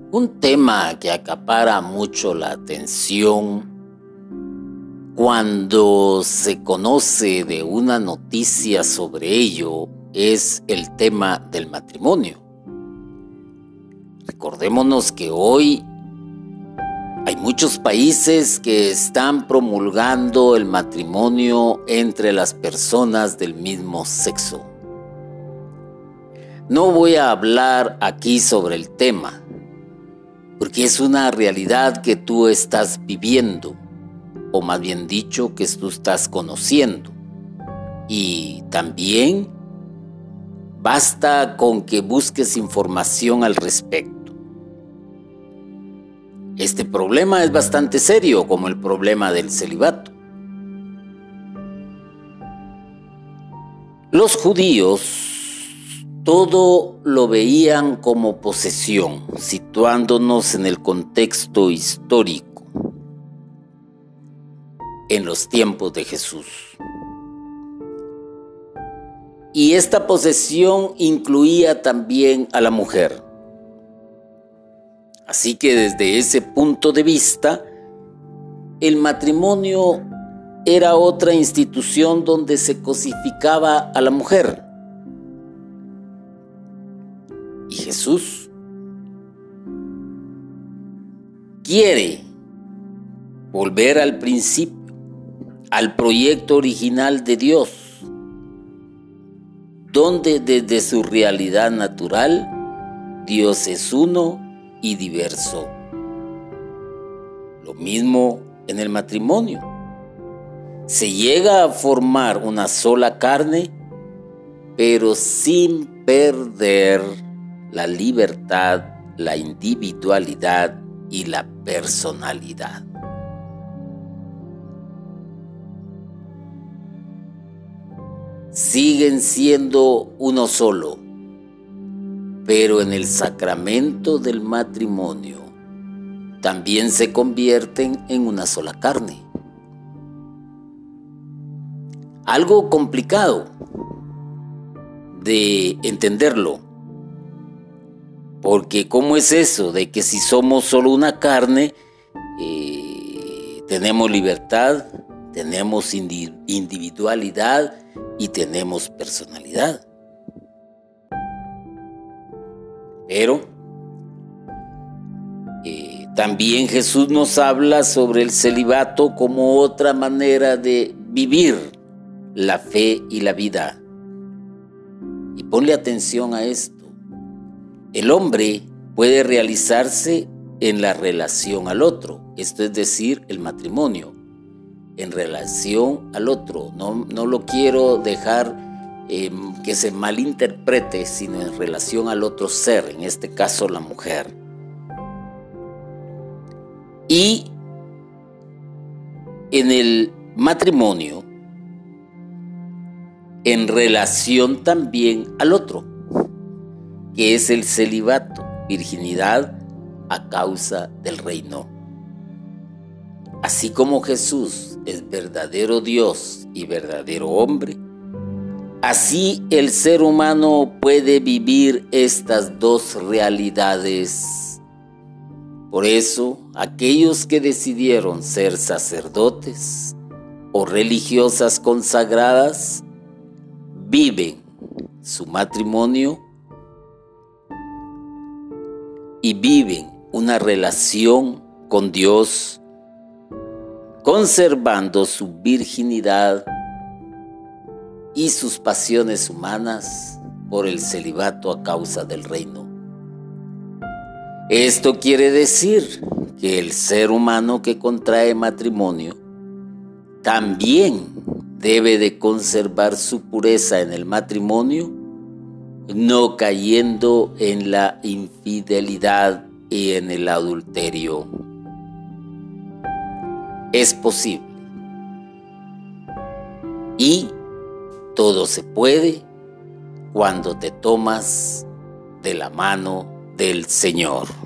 Un tema que acapara mucho la atención cuando se conoce de una noticia sobre ello es el tema del matrimonio. Recordémonos que hoy hay muchos países que están promulgando el matrimonio entre las personas del mismo sexo. No voy a hablar aquí sobre el tema, porque es una realidad que tú estás viviendo, o más bien dicho, que tú estás conociendo. Y también basta con que busques información al respecto. Este problema es bastante serio, como el problema del celibato. Los judíos todo lo veían como posesión, situándonos en el contexto histórico, en los tiempos de Jesús. Y esta posesión incluía también a la mujer. Así que desde ese punto de vista, el matrimonio era otra institución donde se cosificaba a la mujer. Y Jesús quiere volver al principio, al proyecto original de Dios, donde desde su realidad natural, Dios es uno y diverso. Lo mismo en el matrimonio. Se llega a formar una sola carne, pero sin perder la libertad, la individualidad y la personalidad. Siguen siendo uno solo, pero en el sacramento del matrimonio también se convierten en una sola carne. Algo complicado de entenderlo, porque ¿cómo es eso de que si somos solo una carne, tenemos libertad, tenemos individualidad y tenemos personalidad? Pero también Jesús nos habla sobre el celibato como otra manera de vivir la fe y la vida. Y ponle atención a esto. El hombre puede realizarse en la relación al otro, esto es decir, el matrimonio, en relación al otro. No lo quiero dejar que se malinterprete, sino en relación al otro ser, en este caso la mujer. Y en el matrimonio, en relación también al otro, que es el celibato, virginidad a causa del reino. Así como Jesús es verdadero Dios y verdadero hombre, así el ser humano puede vivir estas dos realidades. Por eso, aquellos que decidieron ser sacerdotes o religiosas consagradas viven su matrimonio y viven una relación con Dios, conservando su virginidad y sus pasiones humanas por el celibato a causa del reino. Esto quiere decir que el ser humano que contrae matrimonio también debe de conservar su pureza en el matrimonio, no cayendo en la infidelidad y en el adulterio. Es posible. Y todo se puede cuando te tomas de la mano del Señor.